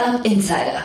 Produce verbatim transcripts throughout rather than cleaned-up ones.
Startup Insider.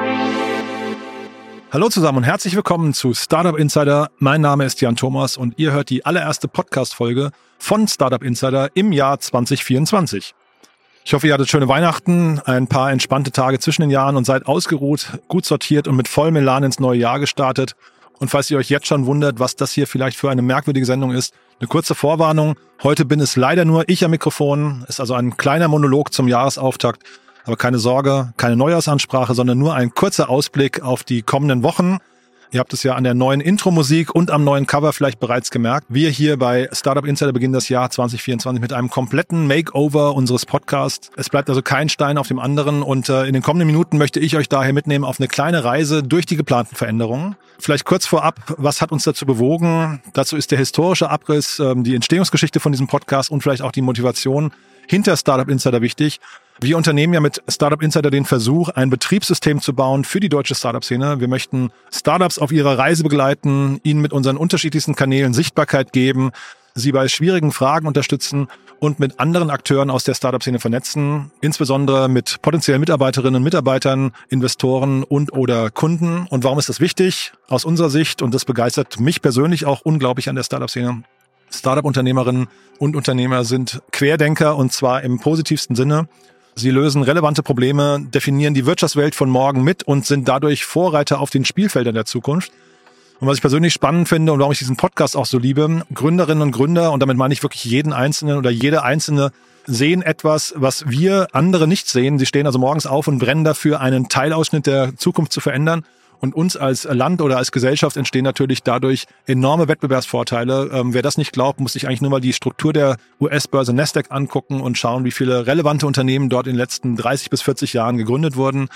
Hallo zusammen und herzlich willkommen zu Startup Insider. Mein Name ist Jan Thomas und ihr hört die allererste Podcast-Folge von Startup Insider im Jahr zwanzig vierundzwanzig. Ich hoffe, ihr hattet schöne Weihnachten, ein paar entspannte Tage zwischen den Jahren und seid ausgeruht, gut sortiert und mit vollem Elan ins neue Jahr gestartet. Und falls ihr euch jetzt schon wundert, was das hier vielleicht für eine merkwürdige Sendung ist, eine kurze Vorwarnung. Heute bin es leider nur ich am Mikrofon. Ist also ein kleiner Monolog zum Jahresauftakt. Aber keine Sorge, keine Neujahrsansprache, sondern nur ein kurzer Ausblick auf die kommenden Wochen. Ihr habt es ja an der neuen Intro-Musik und am neuen Cover vielleicht bereits gemerkt. Wir hier bei Startup Insider beginnen das Jahr zwanzig vierundzwanzig mit einem kompletten Makeover unseres Podcasts. Es bleibt also kein Stein auf dem anderen und äh, in den kommenden Minuten möchte ich euch daher mitnehmen auf eine kleine Reise durch die geplanten Veränderungen. Vielleicht kurz vorab, was hat uns dazu bewogen? Dazu ist der historische Abriss, äh, die Entstehungsgeschichte von diesem Podcast und vielleicht auch die Motivation hinter Startup Insider wichtig. Wir unternehmen ja mit Startup Insider den Versuch, ein Betriebssystem zu bauen für die deutsche Startup-Szene. Wir möchten Startups auf ihrer Reise begleiten, ihnen mit unseren unterschiedlichsten Kanälen Sichtbarkeit geben, sie bei schwierigen Fragen unterstützen und mit anderen Akteuren aus der Startup-Szene vernetzen, insbesondere mit potenziellen Mitarbeiterinnen und Mitarbeitern, Investoren und oder Kunden. Und warum ist das wichtig? Aus unserer Sicht, und das begeistert mich persönlich auch unglaublich an der Startup-Szene, Startup-Unternehmerinnen und Unternehmer sind Querdenker und zwar im positivsten Sinne. Sie lösen relevante Probleme, definieren die Wirtschaftswelt von morgen mit und sind dadurch Vorreiter auf den Spielfeldern der Zukunft. Und was ich persönlich spannend finde und warum ich diesen Podcast auch so liebe, Gründerinnen und Gründer, und damit meine ich wirklich jeden Einzelnen oder jede Einzelne, sehen etwas, was wir andere nicht sehen. Sie stehen also morgens auf und brennen dafür, einen Teilausschnitt der Zukunft zu verändern. Und uns als Land oder als Gesellschaft entstehen natürlich dadurch enorme Wettbewerbsvorteile. Ähm, wer das nicht glaubt, muss sich eigentlich nur mal die Struktur der U S-Börse Nasdaq angucken und schauen, wie viele relevante Unternehmen dort in den letzten dreißig bis vierzig Jahren gegründet wurden.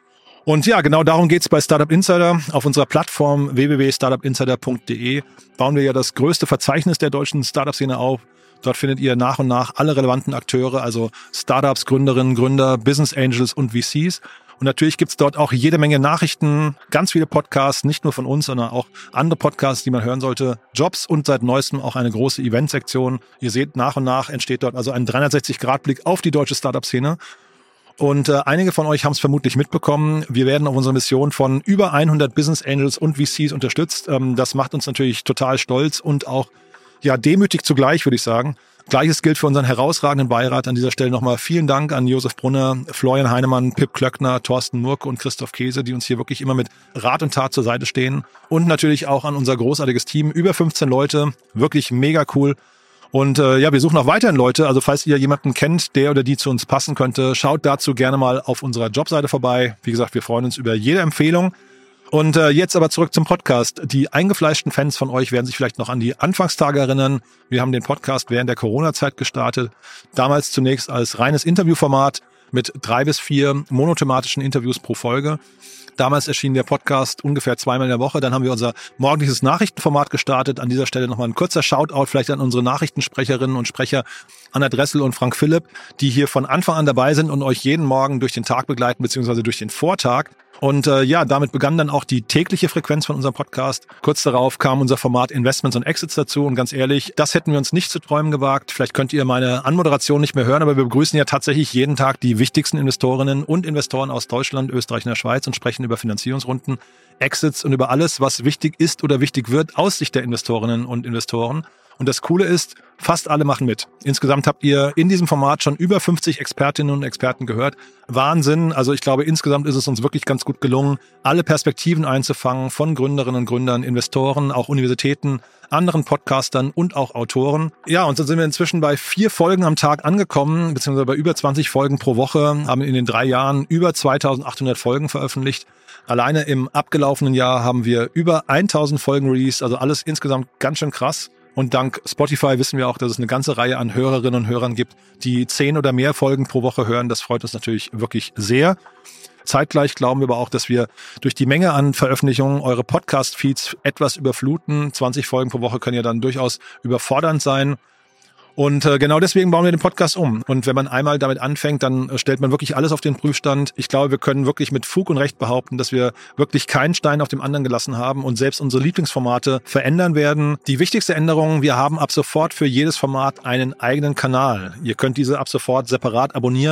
Und ja, genau darum geht's bei Startup Insider. Auf unserer Plattform w w w punkt startup insider punkt d e bauen wir ja das größte Verzeichnis der deutschen Startup-Szene auf. Dort findet ihr nach und nach alle relevanten Akteure, also Startups, Gründerinnen, Gründer, Business Angels und V Cs. Und natürlich gibt's dort auch jede Menge Nachrichten, ganz viele Podcasts, nicht nur von uns, sondern auch andere Podcasts, die man hören sollte. Jobs und seit neuestem auch eine große Eventsektion. Ihr seht, nach und nach entsteht dort also ein dreihundertsechzig Grad Blick auf die deutsche Startup-Szene. Und äh, einige von euch haben es vermutlich mitbekommen. Wir werden auf unserer Mission von über hundert Business Angels und V Cs unterstützt. Ähm, das macht uns natürlich total stolz und auch ja demütig zugleich, würde ich sagen. Gleiches gilt für unseren herausragenden Beirat. An dieser Stelle nochmal vielen Dank an Josef Brunner, Florian Heinemann, Pip Klöckner, Thorsten Murke und Christoph Käse, die uns hier wirklich immer mit Rat und Tat zur Seite stehen. Und natürlich auch an unser großartiges Team. Über fünfzehn Leute, wirklich mega cool. Und äh, ja, wir suchen auch weiterhin Leute. Also falls ihr jemanden kennt, der oder die zu uns passen könnte, schaut dazu gerne mal auf unserer Jobseite vorbei. Wie gesagt, wir freuen uns über jede Empfehlung. Und äh, jetzt aber zurück zum Podcast. Die eingefleischten Fans von euch werden sich vielleicht noch an die Anfangstage erinnern. Wir haben den Podcast während der Corona-Zeit gestartet. Damals zunächst als reines Interviewformat mit drei bis vier monothematischen Interviews pro Folge. Damals erschien der Podcast ungefähr zweimal in der Woche. Dann haben wir unser morgendliches Nachrichtenformat gestartet. An dieser Stelle nochmal ein kurzer Shoutout vielleicht an unsere Nachrichtensprecherinnen und Sprecher Anna Dressel und Frank Philipp, die hier von Anfang an dabei sind und euch jeden Morgen durch den Tag begleiten, beziehungsweise durch den Vortag. Und äh, ja, damit begann dann auch die tägliche Frequenz von unserem Podcast. Kurz darauf kam unser Format Investments und Exits dazu. Und ganz ehrlich, das hätten wir uns nicht zu träumen gewagt. Vielleicht könnt ihr meine Anmoderation nicht mehr hören, aber wir begrüßen ja tatsächlich jeden Tag die wichtigsten Investorinnen und Investoren aus Deutschland, Österreich und der Schweiz und sprechen über Finanzierungsrunden, Exits und über alles, was wichtig ist oder wichtig wird aus Sicht der Investorinnen und Investoren. Und das Coole ist, fast alle machen mit. Insgesamt habt ihr in diesem Format schon über fünfzig Expertinnen und Experten gehört. Wahnsinn. Also ich glaube, insgesamt ist es uns wirklich ganz gut gelungen, alle Perspektiven einzufangen von Gründerinnen und Gründern, Investoren, auch Universitäten, anderen Podcastern und auch Autoren. Ja, und so sind wir inzwischen bei vier Folgen am Tag angekommen, beziehungsweise bei über zwanzig Folgen pro Woche, haben in den drei Jahren über zweitausendachthundert Folgen veröffentlicht. Alleine im abgelaufenen Jahr haben wir über tausend Folgen released, also alles insgesamt ganz schön krass. Und dank Spotify wissen wir auch, dass es eine ganze Reihe an Hörerinnen und Hörern gibt, die zehn oder mehr Folgen pro Woche hören. Das freut uns natürlich wirklich sehr. Zeitgleich glauben wir aber auch, dass wir durch die Menge an Veröffentlichungen eure Podcast-Feeds etwas überfluten. zwanzig Folgen pro Woche können ja dann durchaus überfordernd sein. Und äh, genau deswegen bauen wir den Podcast um. Und wenn man einmal damit anfängt, dann äh, stellt man wirklich alles auf den Prüfstand. Ich glaube, wir können wirklich mit Fug und Recht behaupten, dass wir wirklich keinen Stein auf dem anderen gelassen haben und selbst unsere Lieblingsformate verändern werden. Die wichtigste Änderung, wir haben ab sofort für jedes Format einen eigenen Kanal. Ihr könnt diese ab sofort separat abonnieren.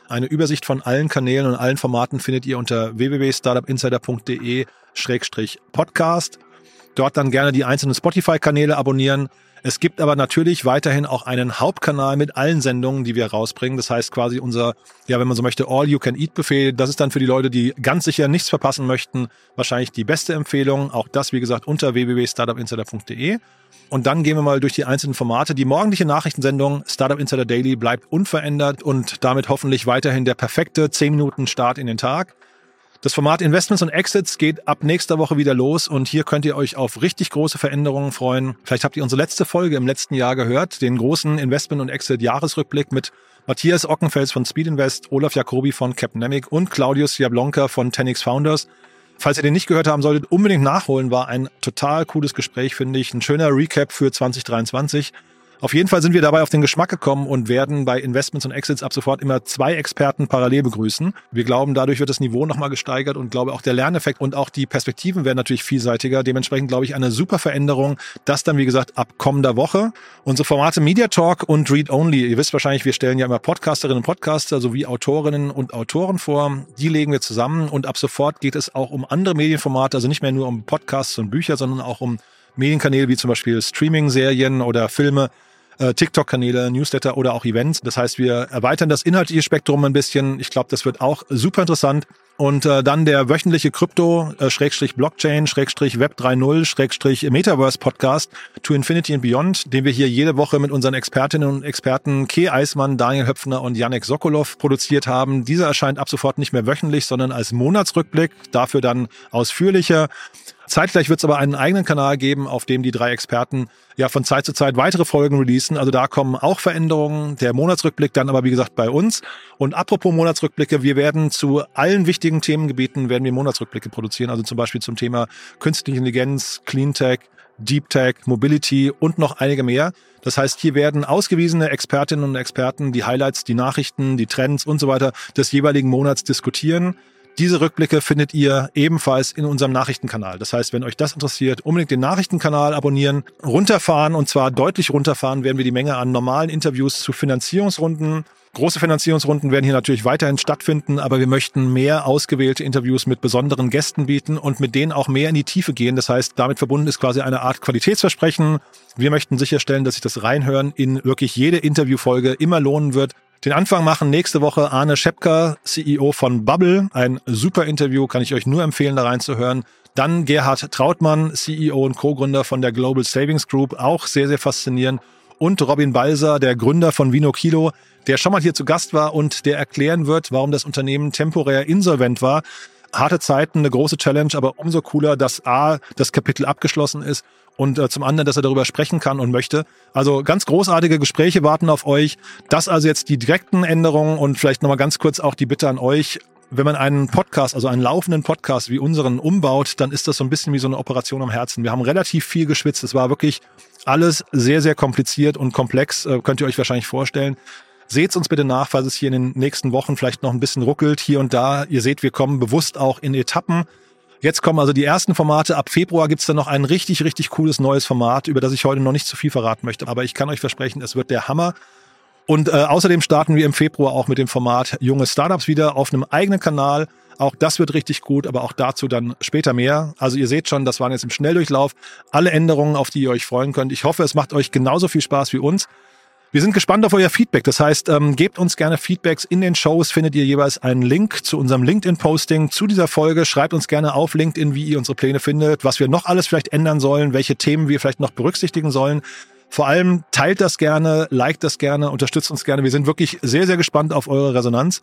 Eine Übersicht von allen Kanälen und allen Formaten findet ihr unter w w w punkt startup insider punkt d e slash podcast. Dort dann gerne die einzelnen Spotify-Kanäle abonnieren. Es gibt aber natürlich weiterhin auch einen Hauptkanal mit allen Sendungen, die wir rausbringen. Das heißt quasi unser, ja, wenn man so möchte, All-You-Can-Eat-Buffet. Das ist dann für die Leute, die ganz sicher nichts verpassen möchten, wahrscheinlich die beste Empfehlung. Auch das, wie gesagt, unter w w w punkt startup insider punkt d e. Und dann gehen wir mal durch die einzelnen Formate. Die morgendliche Nachrichtensendung Startup Insider Daily bleibt unverändert und damit hoffentlich weiterhin der perfekte zehn Minuten Start in den Tag. Das Format Investments und Exits geht ab nächster Woche wieder los und hier könnt ihr euch auf richtig große Veränderungen freuen. Vielleicht habt ihr unsere letzte Folge im letzten Jahr gehört, den großen Investment- und Exit-Jahresrückblick mit Matthias Ockenfels von Speed Invest, Olaf Jacobi von Capnamic und Claudius Jablonka von ten x Founders. Falls ihr den nicht gehört haben solltet, unbedingt nachholen. War ein total cooles Gespräch, finde ich. Ein schöner Recap für zwanzig dreiundzwanzig. Auf jeden Fall sind wir dabei auf den Geschmack gekommen und werden bei Investments und Exits ab sofort immer zwei Experten parallel begrüßen. Wir glauben, dadurch wird das Niveau nochmal gesteigert und glaube auch der Lerneffekt und auch die Perspektiven werden natürlich vielseitiger. Dementsprechend glaube ich eine super Veränderung. Das dann, wie gesagt, ab kommender Woche. Unsere Formate Media Talk und Read Only. Ihr wisst wahrscheinlich, wir stellen ja immer Podcasterinnen und Podcaster sowie Autorinnen und Autoren vor. Die legen wir zusammen und ab sofort geht es auch um andere Medienformate, also nicht mehr nur um Podcasts und Bücher, sondern auch um Medienkanäle wie zum Beispiel Streaming-Serien oder Filme, TikTok-Kanäle, Newsletter oder auch Events. Das heißt, wir erweitern das inhaltliche Spektrum ein bisschen. Ich glaube, das wird auch super interessant. Und äh, dann der wöchentliche Krypto, äh, Schrägstrich Blockchain, Schrägstrich Web drei Punkt null, Schrägstrich Metaverse Podcast To Infinity and Beyond, den wir hier jede Woche mit unseren Expertinnen und Experten Kay Eismann, Daniel Höpfner und Janek Sokolov produziert haben. Dieser erscheint ab sofort nicht mehr wöchentlich, sondern als Monatsrückblick, dafür dann ausführlicher. Zeitgleich wird es aber einen eigenen Kanal geben, auf dem die drei Experten ja von Zeit zu Zeit weitere Folgen releasen. Also da kommen auch Veränderungen. Der Monatsrückblick dann aber, wie gesagt, bei uns. Und apropos Monatsrückblicke, wir werden zu allen wichtigen Themengebieten werden wir Monatsrückblicke produzieren. Also zum Beispiel zum Thema Künstliche Intelligenz, Cleantech, Deep Tech, Mobility und noch einige mehr. Das heißt, hier werden ausgewiesene Expertinnen und Experten die Highlights, die Nachrichten, die Trends und so weiter des jeweiligen Monats diskutieren. Diese Rückblicke findet ihr ebenfalls in unserem Nachrichtenkanal. Das heißt, wenn euch das interessiert, unbedingt den Nachrichtenkanal abonnieren, runterfahren und zwar deutlich runterfahren werden wir die Menge an normalen Interviews zu Finanzierungsrunden. Große Finanzierungsrunden werden hier natürlich weiterhin stattfinden, aber wir möchten mehr ausgewählte Interviews mit besonderen Gästen bieten und mit denen auch mehr in die Tiefe gehen. Das heißt, damit verbunden ist quasi eine Art Qualitätsversprechen. Wir möchten sicherstellen, dass sich das Reinhören in wirklich jede Interviewfolge immer lohnen wird. Den Anfang machen nächste Woche Arne Schepka, C E O von Bubble. Ein super Interview, kann ich euch nur empfehlen, da reinzuhören. Dann Gerhard Trautmann, C E O und Co-Gründer von der Global Savings Group, auch sehr, sehr faszinierend. Und Robin Balser, der Gründer von Vino Kilo, der schon mal hier zu Gast war und der erklären wird, warum das Unternehmen temporär insolvent war. Harte Zeiten, eine große Challenge, aber umso cooler, dass A, das Kapitel abgeschlossen ist und äh, zum anderen, dass er darüber sprechen kann und möchte. Also ganz großartige Gespräche warten auf euch. Das also jetzt die direkten Änderungen und vielleicht nochmal ganz kurz auch die Bitte an euch. Wenn man einen Podcast, also einen laufenden Podcast wie unseren umbaut, dann ist das so ein bisschen wie so eine Operation am Herzen. Wir haben relativ viel geschwitzt. Es war wirklich alles sehr, sehr kompliziert und komplex, äh, könnt ihr euch wahrscheinlich vorstellen. Seht's uns bitte nach, falls es hier in den nächsten Wochen vielleicht noch ein bisschen ruckelt, hier und da. Ihr seht, wir kommen bewusst auch in Etappen. Jetzt kommen also die ersten Formate. Ab Februar gibt's dann noch ein richtig, richtig cooles neues Format, über das ich heute noch nicht zu viel verraten möchte. Aber ich kann euch versprechen, es wird der Hammer. Und äh, außerdem starten wir im Februar auch mit dem Format Junge Startups wieder auf einem eigenen Kanal. Auch das wird richtig gut, aber auch dazu dann später mehr. Also ihr seht schon, das waren jetzt im Schnelldurchlauf alle Änderungen, auf die ihr euch freuen könnt. Ich hoffe, es macht euch genauso viel Spaß wie uns. Wir sind gespannt auf euer Feedback. Das heißt, ähm, gebt uns gerne Feedbacks. In den Shows findet ihr jeweils einen Link zu unserem LinkedIn-Posting zu dieser Folge. Schreibt uns gerne auf LinkedIn, wie ihr unsere Pläne findet, was wir noch alles vielleicht ändern sollen, welche Themen wir vielleicht noch berücksichtigen sollen. Vor allem teilt das gerne, liked das gerne, unterstützt uns gerne. Wir sind wirklich sehr, sehr gespannt auf eure Resonanz.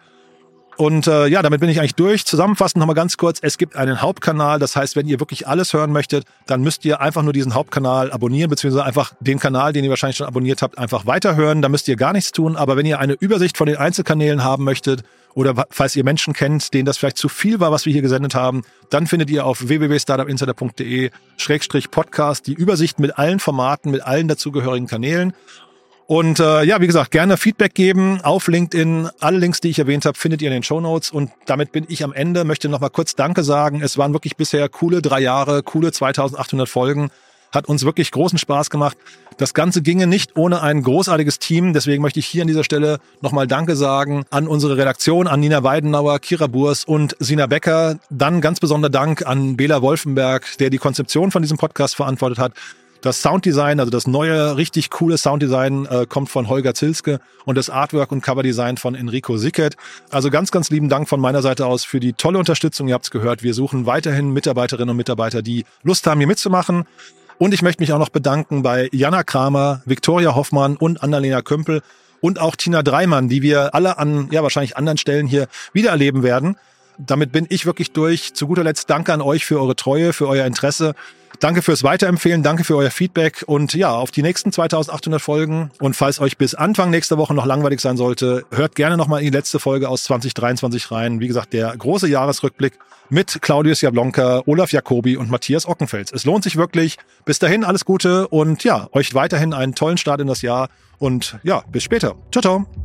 Und äh, ja, damit bin ich eigentlich durch. Zusammenfassend nochmal ganz kurz, es gibt einen Hauptkanal, das heißt, wenn ihr wirklich alles hören möchtet, dann müsst ihr einfach nur diesen Hauptkanal abonnieren, beziehungsweise einfach den Kanal, den ihr wahrscheinlich schon abonniert habt, einfach weiterhören, da müsst ihr gar nichts tun. Aber wenn ihr eine Übersicht von den Einzelkanälen haben möchtet oder falls ihr Menschen kennt, denen das vielleicht zu viel war, was wir hier gesendet haben, dann findet ihr auf w w w punkt startup insider punkt d e Schrägstrich Podcast die Übersicht mit allen Formaten, mit allen dazugehörigen Kanälen. Und äh, ja, wie gesagt, gerne Feedback geben auf LinkedIn. Alle Links, die ich erwähnt habe, findet ihr in den Shownotes. Und damit bin ich am Ende, möchte noch mal kurz Danke sagen. Es waren wirklich bisher coole drei Jahre, coole zweitausendachthundert Folgen. Hat uns wirklich großen Spaß gemacht. Das Ganze ginge nicht ohne ein großartiges Team. Deswegen möchte ich hier an dieser Stelle nochmal Danke sagen an unsere Redaktion, an Nina Weidenauer, Kira Burs und Sina Becker. Dann ganz besonderer Dank an Bela Wolfenberg, der die Konzeption von diesem Podcast verantwortet hat. Das Sounddesign, also das neue, richtig coole Sounddesign äh, kommt von Holger Zilske und das Artwork und Coverdesign von Enrico Sickert. Also ganz, ganz lieben Dank von meiner Seite aus für die tolle Unterstützung. Ihr habt es gehört, wir suchen weiterhin Mitarbeiterinnen und Mitarbeiter, die Lust haben, hier mitzumachen. Und ich möchte mich auch noch bedanken bei Jana Kramer, Viktoria Hoffmann und Annalena Kömpel und auch Tina Dreimann, die wir alle an, ja, wahrscheinlich anderen Stellen hier wiedererleben werden. Damit bin ich wirklich durch. Zu guter Letzt danke an euch für eure Treue, für euer Interesse. Danke fürs Weiterempfehlen, danke für euer Feedback und ja, auf die nächsten zweitausendachthundert Folgen. Und falls euch bis Anfang nächster Woche noch langweilig sein sollte, hört gerne nochmal in die letzte Folge aus zwanzig dreiundzwanzig rein. Wie gesagt, der große Jahresrückblick mit Claudius Jablonka, Olaf Jacobi und Matthias Ockenfels. Es lohnt sich wirklich. Bis dahin alles Gute und ja, euch weiterhin einen tollen Start in das Jahr und ja, bis später. Ciao, ciao.